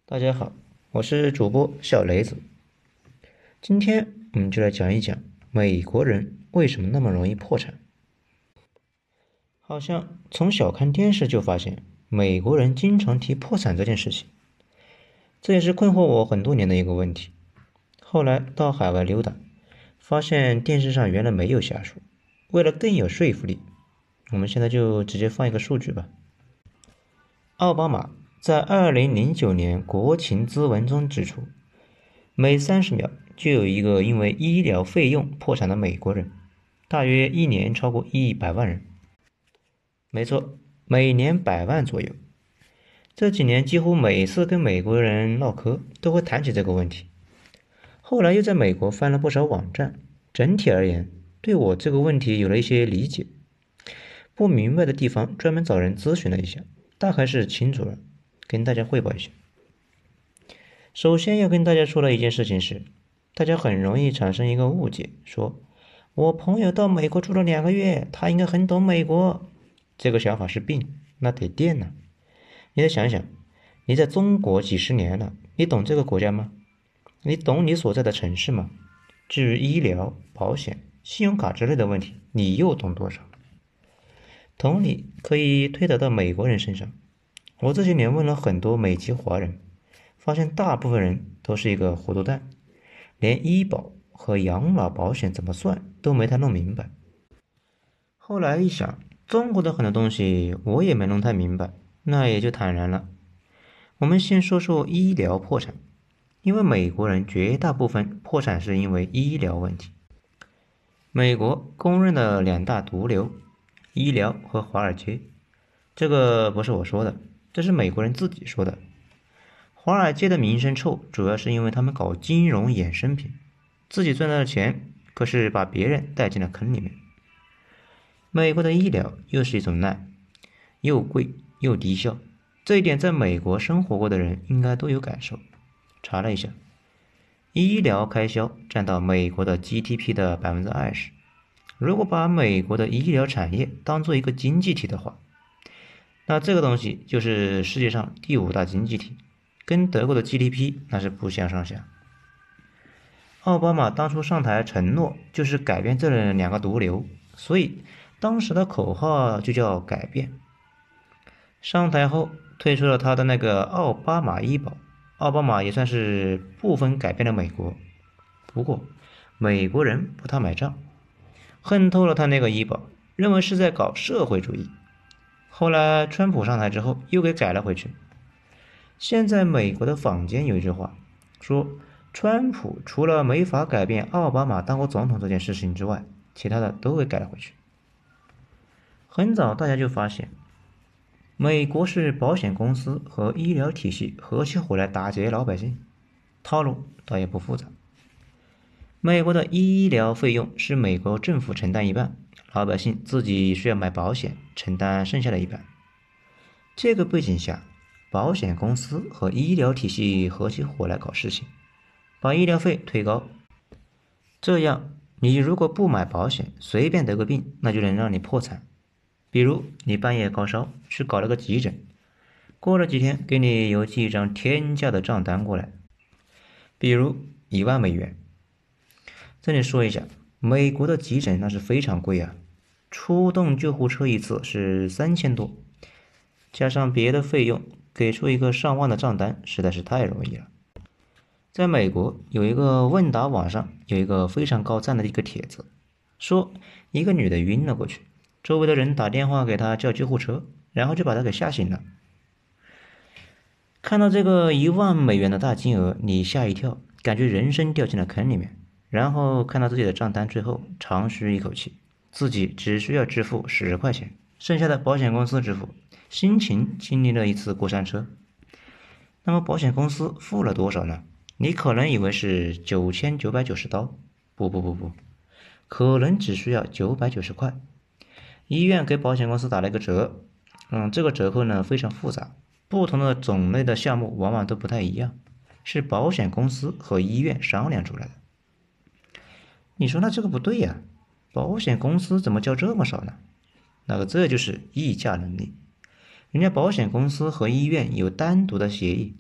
大家好，我是主播小雷子。今天我们就来讲一讲美国人为什么那么容易破产。好像从小看电视就发现，美国人经常提破产这件事情，这也是困惑我很多年的一个问题。后来到海外溜达，发现电视上原来没有瞎说。为了更有说服力，我们现在就直接放一个数据吧。奥巴马在2009年国情咨文中指出，每30秒就有一个因为医疗费用破产的美国人，大约一年超过100万人。没错，每年100万左右。这几年几乎每次跟美国人唠嗑都会谈起这个问题。后来又在美国翻了不少网站，整体而言，对我这个问题有了一些理解。不明白的地方专门找人咨询了一下，大概是清楚了，跟大家汇报一下。首先要跟大家说的一件事情是，大家很容易产生一个误解，说我朋友到美国住了2个月，他应该很懂美国。这个想法是病，那得电呢。你得想想，你在中国几十年了，你懂这个国家吗？你懂你所在的城市吗？至于医疗、保险、信用卡之类的问题，你又懂多少？同理可以推导到美国人身上。我这些年问了很多美籍华人，发现大部分人都是一个糊涂蛋，连医保和养老保险怎么算都没太弄明白。后来一想，中国的很多东西我也没弄太明白，那也就坦然了。我们先说说医疗破产，因为美国人绝大部分破产是因为医疗问题。美国公认的2大毒瘤，医疗和华尔街。这个不是我说的，这是美国人自己说的。华尔街的名声臭，主要是因为他们搞金融衍生品，自己赚到的钱可是把别人带进了坑里面。美国的医疗又是一种难，又贵又低效，这一点在美国生活过的人应该都有感受。查了一下，医疗开销占到美国的 GDP 的 20%。如果把美国的医疗产业当做一个经济体的话，那这个东西就是世界上第5大经济体，跟德国的 GDP 那是不相上下。奥巴马当初上台承诺就是改变这2个毒瘤，所以当时的口号就叫改变。上台后推出了他的那个奥巴马医保，奥巴马也算是部分改变了美国。不过美国人不太买账，恨透了他那个医保，认为是在搞社会主义。后来川普上台之后又给改了回去。现在美国的坊间有一句话说，川普除了没法改变奥巴马当过总统这件事情之外，其他的都给改了回去。很早大家就发现，美国是保险公司和医疗体系合起伙来打劫老百姓，套路倒也不复杂。美国的医疗费用是美国政府承担一半，老百姓自己需要买保险承担剩下的一半。这个背景下，保险公司和医疗体系合起伙来搞事情，把医疗费推高。这样你如果不买保险，随便得个病，那就能让你破产。比如你半夜高烧去搞了个急诊，过了几天给你邮寄一张天价的账单过来，比如1万美元。这里说一下，美国的急诊那是非常贵啊，出动救护车一次是3000多，加上别的费用，给出一个上万的账单实在是太容易了。在美国有一个问答网上有一个非常高赞的一个帖子，说一个女的晕了过去，周围的人打电话给她叫救护车，然后就把她给吓醒了。看到这个1万美元的大金额，你吓一跳，感觉人生掉进了坑里面。然后看到自己的账单，最后长吁一口气，自己只需要支付10块钱，剩下的保险公司支付，心情经历了一次过山车。那么保险公司付了多少呢？你可能以为是9990刀，不，可能只需要990块。医院给保险公司打了一个折，这个折扣呢非常复杂，不同的种类的项目往往都不太一样，是保险公司和医院商量出来的。你说那这个不对呀，保险公司怎么交这么少呢？这就是议价能力，人家保险公司和医院有单独的协议，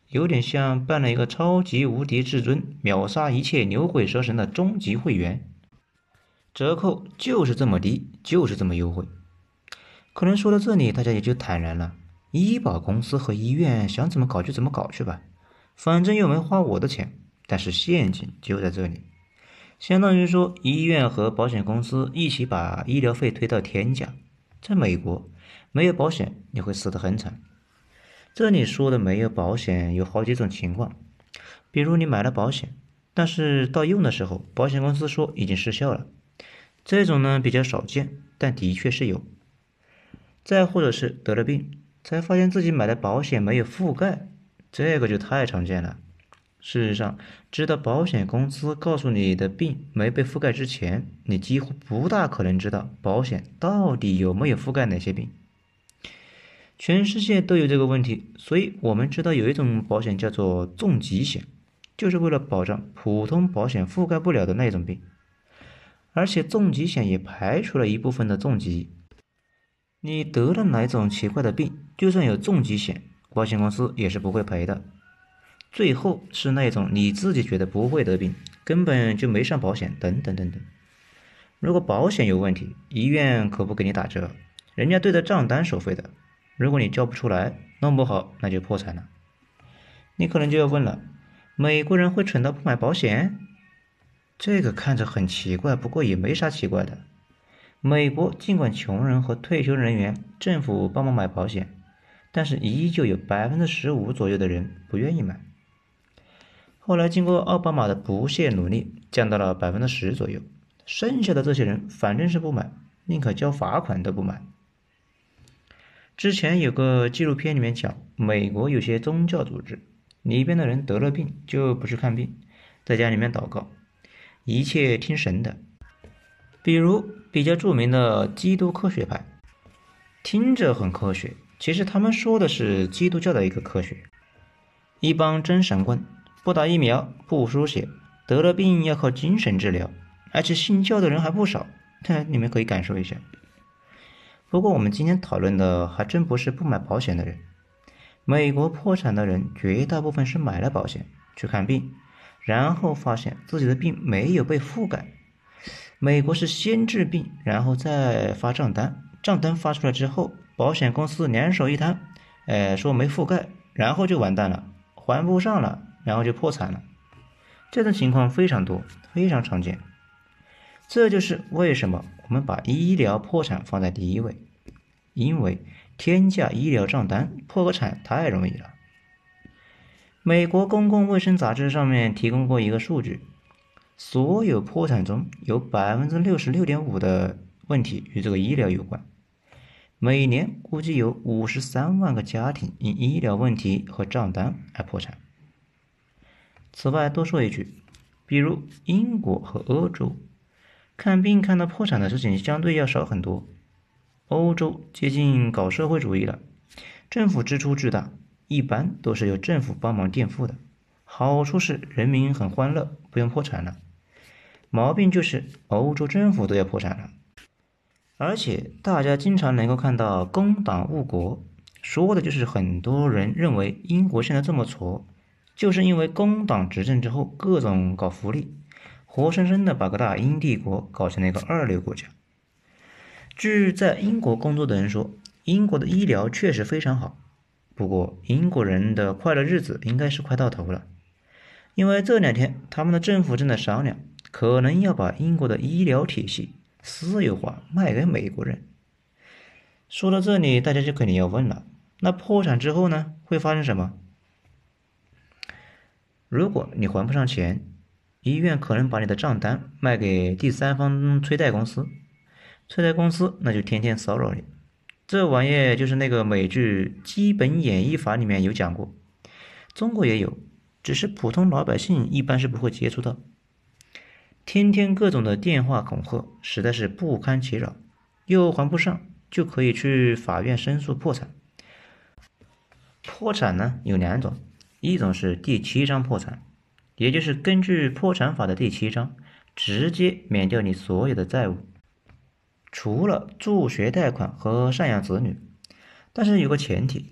有点像办了一个超级无敌至尊，秒杀一切牛鬼蛇神的终极会员，折扣就是这么低，就是这么优惠。可能说到这里，大家也就坦然了，医保公司和医院想怎么搞就怎么搞去吧，反正又没花我的钱。但是陷阱就在这里，相当于说医院和保险公司一起把医疗费推到天价。在美国，没有保险你会死得很惨。这里说的没有保险有好几种情况，比如你买了保险，但是到用的时候，保险公司说已经失效了，这种呢比较少见，但的确是有。再或者是得了病，才发现自己买的保险没有覆盖，这个就太常见了。事实上，知道保险公司告诉你的病没被覆盖之前，你几乎不大可能知道保险到底有没有覆盖哪些病。全世界都有这个问题，所以我们知道有一种保险叫做重疾险，就是为了保障普通保险覆盖不了的那种病。而且重疾险也排除了一部分的重疾，你得了哪种奇怪的病，就算有重疾险，保险公司也是不会赔的。最后是那种你自己觉得不会得病，根本就没上保险等等等等。如果保险有问题，医院可不给你打折，人家对着账单收费的。如果你交不出来，弄不好那就破产了。你可能就要问了，美国人会蠢到不买保险？这个看着很奇怪，不过也没啥奇怪的。美国尽管穷人和退休人员政府帮忙买保险，但是依旧有15%左右的人不愿意买。后来经过奥巴马的不懈努力，降到了10%左右，剩下的这些人反正是不买，宁可交罚款都不买。之前有个纪录片里面讲，美国有些宗教组织里边的人得了病就不去看病，在家里面祷告，一切听神的。比如比较著名的基督科学派，听着很科学，其实他们说的是基督教的一个科学。一帮真神棍，不打疫苗，不输血，得了病要靠精神治疗，而且信教的人还不少，你们可以感受一下。不过我们今天讨论的还真不是不买保险的人。美国破产的人绝大部分是买了保险去看病，然后发现自己的病没有被覆盖。美国是先治病，然后再发账单，账单发出来之后，保险公司两手一摊，说没覆盖，然后就完蛋了，还不上了，然后就破产了。这种情况非常多，非常常见。这就是为什么我们把医疗破产放在第一位，因为天价医疗账单破个产太容易了。美国公共卫生杂志上面提供过一个数据，所有破产中有 66.5% 的问题与这个医疗有关，每年估计有53万个家庭因医疗问题和账单而破产。此外多说一句，比如英国和欧洲，看病看到破产的事情相对要少很多。欧洲接近搞社会主义了，政府支出巨大，一般都是由政府帮忙垫付的。好处是人民很欢乐，不用破产了。毛病就是欧洲政府都要破产了。而且大家经常能够看到工党误国，说的就是很多人认为英国现在这么挫，就是因为工党执政之后各种搞福利，活生生的把个大英帝国搞成了一个二流国家。据在英国工作的人说，英国的医疗确实非常好，不过英国人的快乐日子应该是快到头了，因为这2天他们的政府正在商量，可能要把英国的医疗体系私有化卖给美国人。说到这里，大家就肯定要问了，那破产之后呢，会发生什么？如果你还不上钱，医院可能把你的账单卖给第三方催贷公司，催贷公司那就天天骚扰你。这玩意就是那个美剧《基本演绎法》里面有讲过，中国也有，只是普通老百姓一般是不会接触到。天天各种的电话恐吓，实在是不堪其扰，又还不上，就可以去法院申诉破产。破产呢有2种，一种是第7章破产，也就是根据破产法的第7章，直接免掉你所有的债务，除了助学贷款和赡养子女。但是有个前提，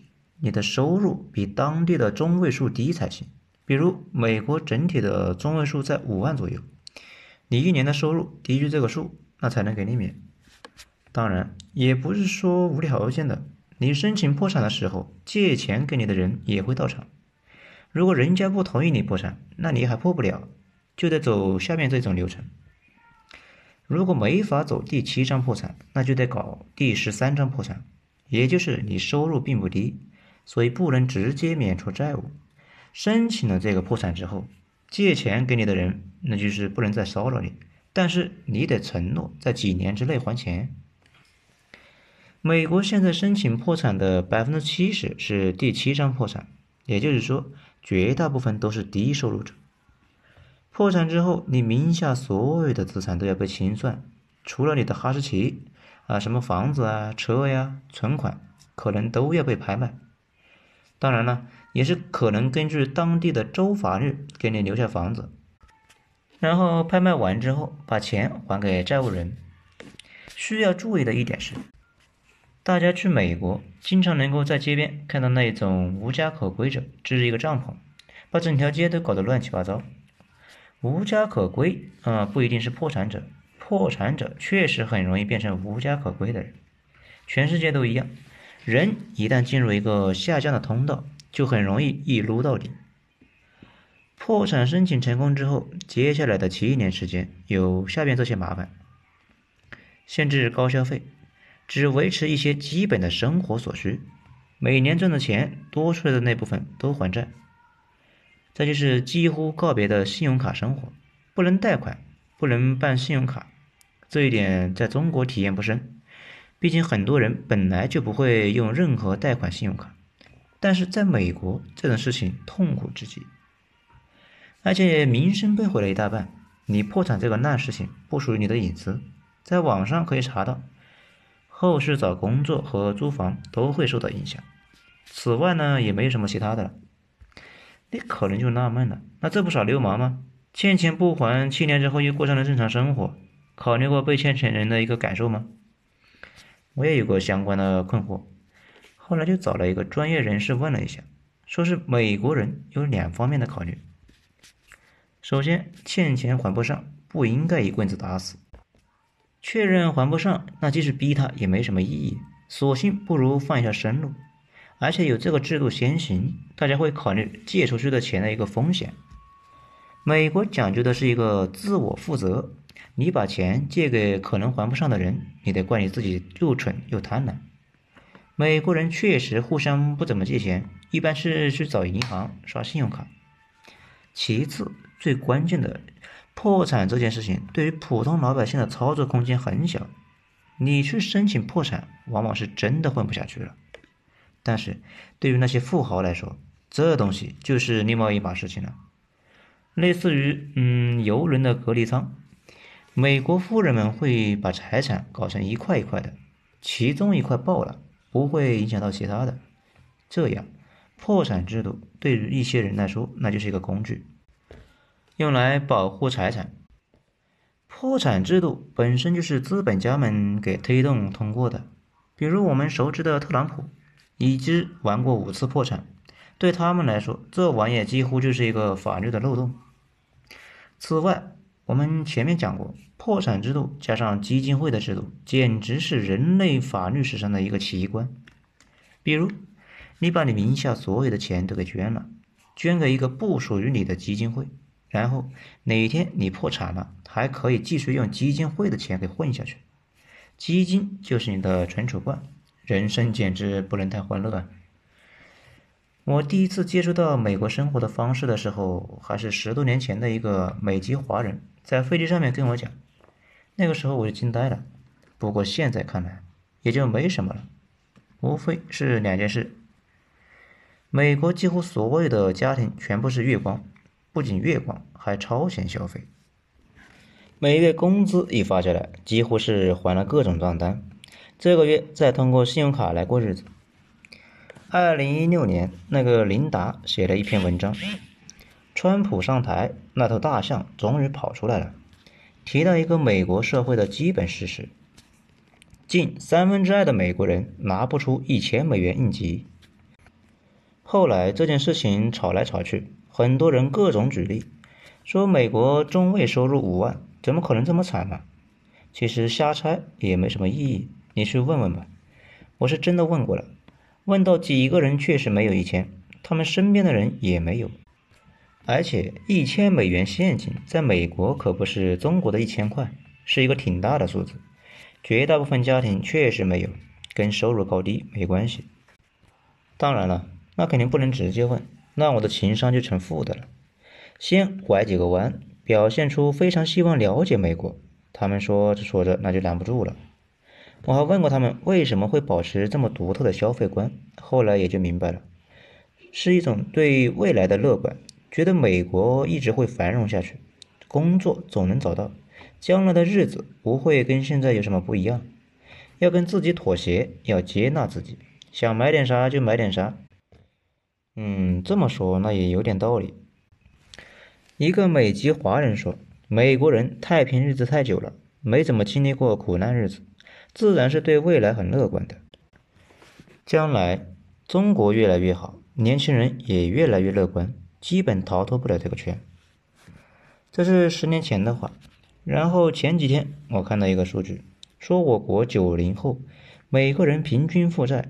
你的收入比当地的中位数低才行。比如美国整体的中位数在5万左右，你一年的收入低于这个数，那才能给你免。当然也不是说无条件的，你申请破产的时候，借钱给你的人也会到场。如果人家不同意你破产，那你还破不了，就得走下面这种流程。如果没法走第7章破产，那就得搞第13章破产，也就是你收入并不低，所以不能直接免除债务。申请了这个破产之后，借钱给你的人那就是不能再骚扰你，但是你得承诺在几年之内还钱。美国现在申请破产的70%是第7章破产，也就是说绝大部分都是低收入者。破产之后，你名下所有的资产都要被清算，除了你的哈士奇什么房子车呀、存款，可能都要被拍卖。当然了，也是可能根据当地的州法律给你留下房子，然后拍卖完之后把钱还给债务人。需要注意的一点是，大家去美国经常能够在街边看到那种无家可归者支着一个帐篷，把整条街都搞得乱七八糟。无家可归不一定是破产者，破产者确实很容易变成无家可归的人。全世界都一样，人一旦进入一个下降的通道，就很容易一撸到底。破产申请成功之后，接下来的7年时间有下面这些麻烦：限制高消费，只维持一些基本的生活所需，每年挣的钱多出来的那部分都还债。再就是几乎告别的信用卡生活，不能贷款，不能办信用卡。这一点在中国体验不深，毕竟很多人本来就不会用任何贷款信用卡，但是在美国这种事情痛苦至极，而且名声被毁了一大半。你破产这个烂事情不属于你的隐私，在网上可以查到，后续找工作和租房都会受到影响。此外呢，也没有什么其他的了。你可能就纳闷了，那这不耍流氓吗？欠钱不还，7年之后又过上了正常生活，考虑过被欠钱人的一个感受吗？我也有过相关的困惑，后来就找了一个专业人士问了一下，说是美国人有2方面的考虑。首先，欠钱还不上，不应该一棍子打死。确认还不上，那即使逼他也没什么意义，索性不如放一条生路。而且有这个制度先行，大家会考虑借出去的钱的一个风险。美国讲究的是一个自我负责，你把钱借给可能还不上的人，你得怪你自己又蠢又贪婪。美国人确实互相不怎么借钱，一般是去找银行刷信用卡。其次，最关键的，破产这件事情对于普通老百姓的操作空间很小，你去申请破产，往往是真的混不下去了。但是对于那些富豪来说，这东西就是另外一码事情了。类似于游轮的隔离舱，美国富人们会把财产搞成一块一块的，其中一块爆了，不会影响到其他的。这样，破产制度对于一些人来说，那就是一个工具，用来保护财产。破产制度本身就是资本家们给推动通过的，比如我们熟知的特朗普，已经玩过5次破产，对他们来说，这玩意几乎就是一个法律的漏洞。此外，我们前面讲过，破产制度加上基金会的制度，简直是人类法律史上的一个奇观。比如，你把你名下所有的钱都给捐了，捐给一个不属于你的基金会，然后哪天你破产了，还可以继续用基金会的钱给混下去。基金就是你的存储罐，人生简直不能太欢乐啊！我第一次接触到美国生活的方式的时候，还是10多年前的一个美籍华人在飞机上面跟我讲，那个时候我就惊呆了。不过现在看来也就没什么了，无非是2件事。美国几乎所有的家庭全部是月光，不仅月光，还超前消费。每月工资一发下来，几乎是还了各种账单，这个月再通过信用卡来过日子。2016年，那个琳达写了一篇文章，川普上台，那头大象终于跑出来了，提到一个美国社会的基本事实：近2/3的美国人拿不出$1000应急。 后来这件事情吵来吵去，很多人各种举例，说美国中位收入5万，怎么可能这么惨呢？其实瞎猜也没什么意义，你去问问吧。我是真的问过了，问到几个人确实没有1000，他们身边的人也没有。而且$1000现金在美国可不是中国的1000块，是一个挺大的数字。绝大部分家庭确实没有，跟收入高低没关系。当然了，那肯定不能直接问，那我的情商就成负的了。先拐几个弯，表现出非常希望了解美国。他们说着说着那就拦不住了。我还问过他们为什么会保持这么独特的消费观，后来也就明白了，是一种对未来的乐观，觉得美国一直会繁荣下去，工作总能找到，将来的日子不会跟现在有什么不一样，要跟自己妥协，要接纳自己，想买点啥就买点啥。这么说那也有点道理。一个美籍华人说，美国人太平日子太久了，没怎么经历过苦难日子，自然是对未来很乐观的。将来中国越来越好，年轻人也越来越乐观，基本逃脱不了这个圈。这是10年前的话。然后前几天我看到一个数据，说我国90后每个人平均负债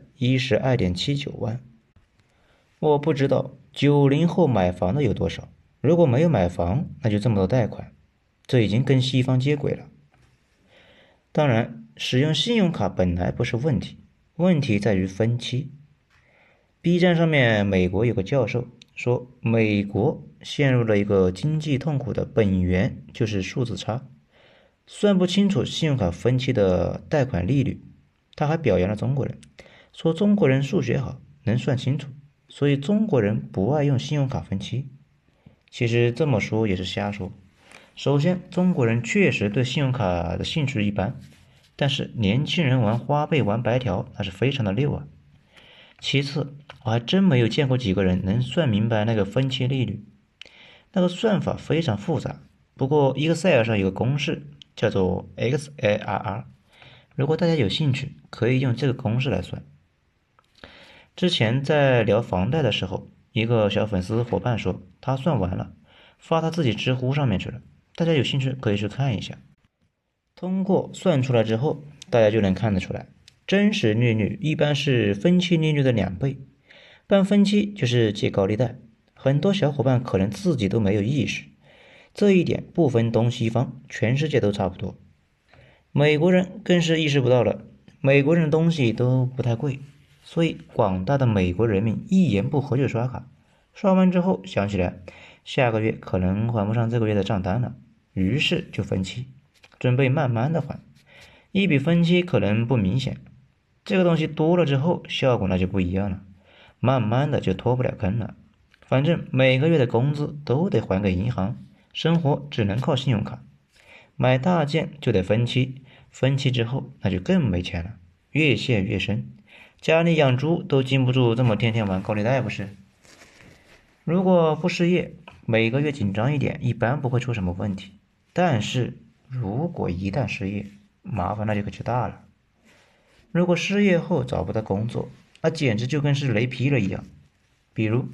12.79万。我不知道90后买房的有多少，如果没有买房，那就这么多贷款，这已经跟西方接轨了。当然，使用信用卡本来不是问题，问题在于分期。B 站上面美国有个教授说，美国陷入了一个经济痛苦的本源就是数字差，算不清楚信用卡分期的贷款利率。他还表扬了中国人，说中国人数学好，能算清楚，所以中国人不爱用信用卡分期。其实这么说也是瞎说。首先，中国人确实对信用卡的兴趣一般，但是年轻人玩花呗玩白条那是非常的溜啊。其次，我还真没有见过几个人能算明白那个分期利率，那个算法非常复杂。不过 Excel 上有个公式叫做 XARR， 如果大家有兴趣，可以用这个公式来算。之前在聊房贷的时候，一个小粉丝伙伴说他算完了，发他自己知乎上面去了，大家有兴趣可以去看一下。通过算出来之后，大家就能看得出来，真实利率一般是分期利率的2倍，办分期就是借高利贷。很多小伙伴可能自己都没有意识，这一点不分东西方，全世界都差不多。美国人更是意识不到了，美国人的东西都不太贵，所以广大的美国人民一言不合就刷卡，刷完之后想起来下个月可能还不上这个月的账单了，于是就分期，准备慢慢的还。一笔分期可能不明显，这个东西多了之后效果那就不一样了，慢慢的就脱不了坑了。反正每个月的工资都得还给银行，生活只能靠信用卡，买大件就得分期，分期之后那就更没钱了，越陷越深，家里养猪都禁不住这么天天玩高利贷不是？如果不失业，每个月紧张一点一般不会出什么问题，但是如果一旦失业，麻烦那就可就大了。如果失业后找不到工作，那简直就跟是雷劈了一样。比如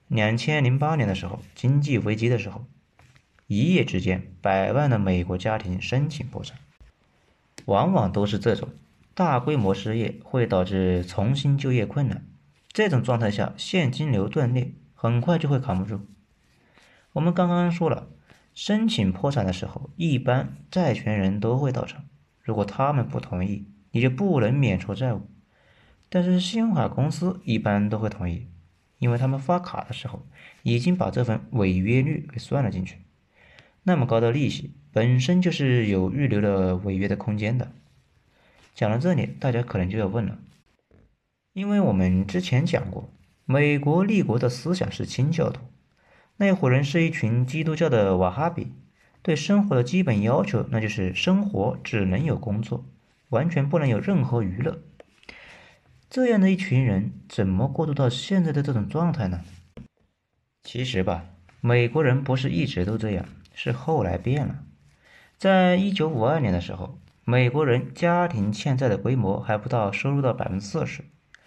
2008年的时候，经济危机的时候，一夜之间100万的美国家庭申请破产。往往都是这种大规模失业会导致重新就业困难，这种状态下现金流断裂，很快就会扛不住。我们刚刚说了，申请破产的时候，一般债权人都会到场，如果他们不同意，你就不能免除债务。但是信用卡公司一般都会同意，因为他们发卡的时候已经把这份违约率给算了进去，那么高的利息本身就是有预留了违约的空间的。讲到这里，大家可能就要问了，因为我们之前讲过，美国立国的思想是清教徒，那伙人是一群基督教的瓦哈比，对生活的基本要求那就是生活只能有工作，完全不能有任何娱乐。这样的一群人怎么过渡到现在的这种状态呢？其实吧，美国人不是一直都这样，是后来变了。在1952年的时候，美国人家庭欠债的规模还不到收入的40%，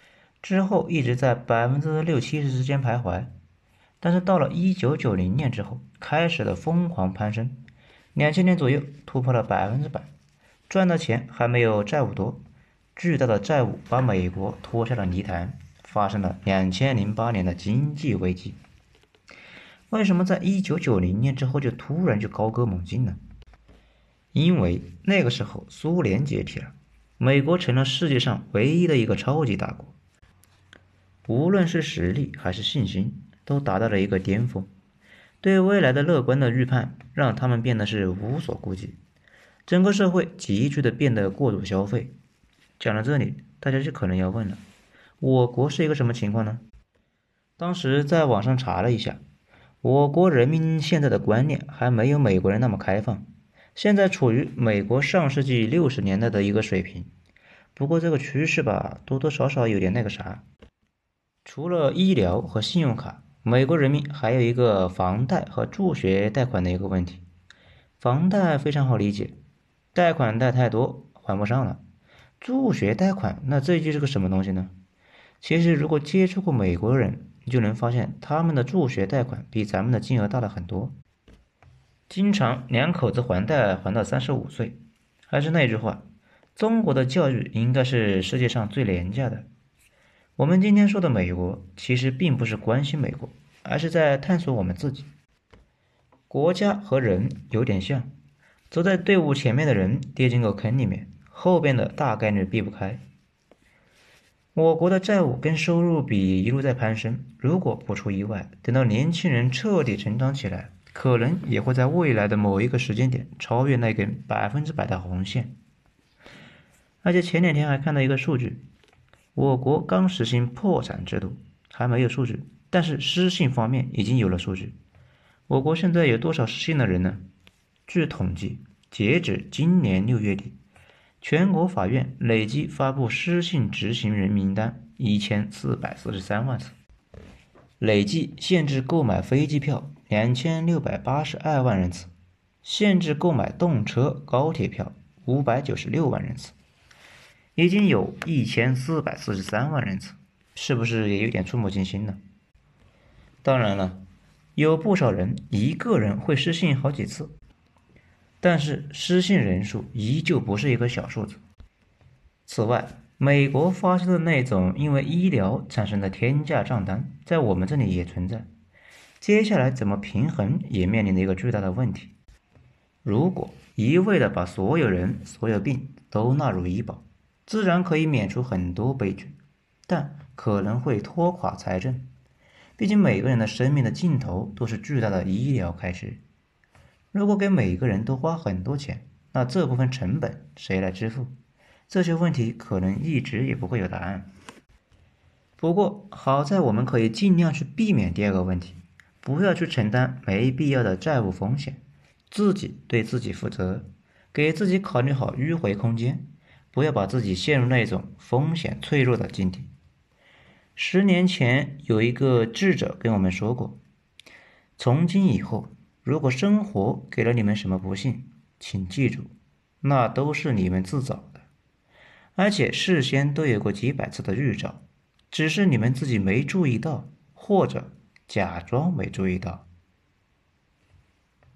之后一直在60%-70%之间徘徊，但是到了1990年之后，开始了疯狂攀升，2000年左右突破了100%，赚的钱还没有债务多，巨大的债务把美国拖下了泥潭，发生了2008年的经济危机。为什么在1990年之后就突然高歌猛进呢？因为那个时候苏联解体了，美国成了世界上唯一的一个超级大国，无论是实力还是信心都达到了一个巅峰，对未来的乐观的预判让他们变得是无所顾忌，整个社会急剧的变得过度消费。讲到这里，大家就可能要问了，我国是一个什么情况呢？当时在网上查了一下，我国人民现在的观念还没有美国人那么开放，现在处于美国上世纪60年代的一个水平。不过这个趋势吧，多多少少有点那个啥。除了医疗和信用卡，美国人民还有一个房贷和助学贷款的一个问题。房贷非常好理解，贷款贷太多还不上了。助学贷款，那这就是个什么东西呢？其实如果接触过美国人，你就能发现他们的助学贷款比咱们的金额大了很多，经常两口子还贷还到35岁。还是那句话，中国的教育应该是世界上最廉价的。我们今天说的美国，其实并不是关心美国，而是在探索我们自己。国家和人有点像，走在队伍前面的人跌进个坑里面，后边的大概率避不开。我国的债务跟收入比一路在攀升，如果不出意外，等到年轻人彻底成长起来，可能也会在未来的某一个时间点超越那根100%的红线。而且前两天还看到一个数据，我国刚实行破产制度，还没有数据，但是失信方面已经有了数据。我国现在有多少失信的人呢？据统计，截止今年6月底，全国法院累计发布失信执行人名单1443万次，累计限制购买飞机票2682万人次，限制购买动车、高铁票596万人次，已经有1443万人次，是不是也有点触目惊心呢？当然了，有不少人一个人会失信好几次，但是失信人数依旧不是一个小数字。此外，美国发生的那种因为医疗产生的天价账单，在我们这里也存在。接下来怎么平衡也面临着一个巨大的问题。如果一味的把所有人、所有病都纳入医保，自然可以免除很多悲剧，但可能会拖垮财政。毕竟每个人的生命的尽头都是巨大的医疗开支。如果给每个人都花很多钱，那这部分成本谁来支付？这些问题可能一直也不会有答案。不过好在我们可以尽量去避免第二个问题，不要去承担没必要的债务风险，自己对自己负责，给自己考虑好迂回空间，不要把自己陷入那种风险脆弱的境地。10年前有一个智者跟我们说过，从今以后，如果生活给了你们什么不幸，请记住，那都是你们自找的，而且事先都有过几百次的预兆，只是你们自己没注意到，或者假装没注意到。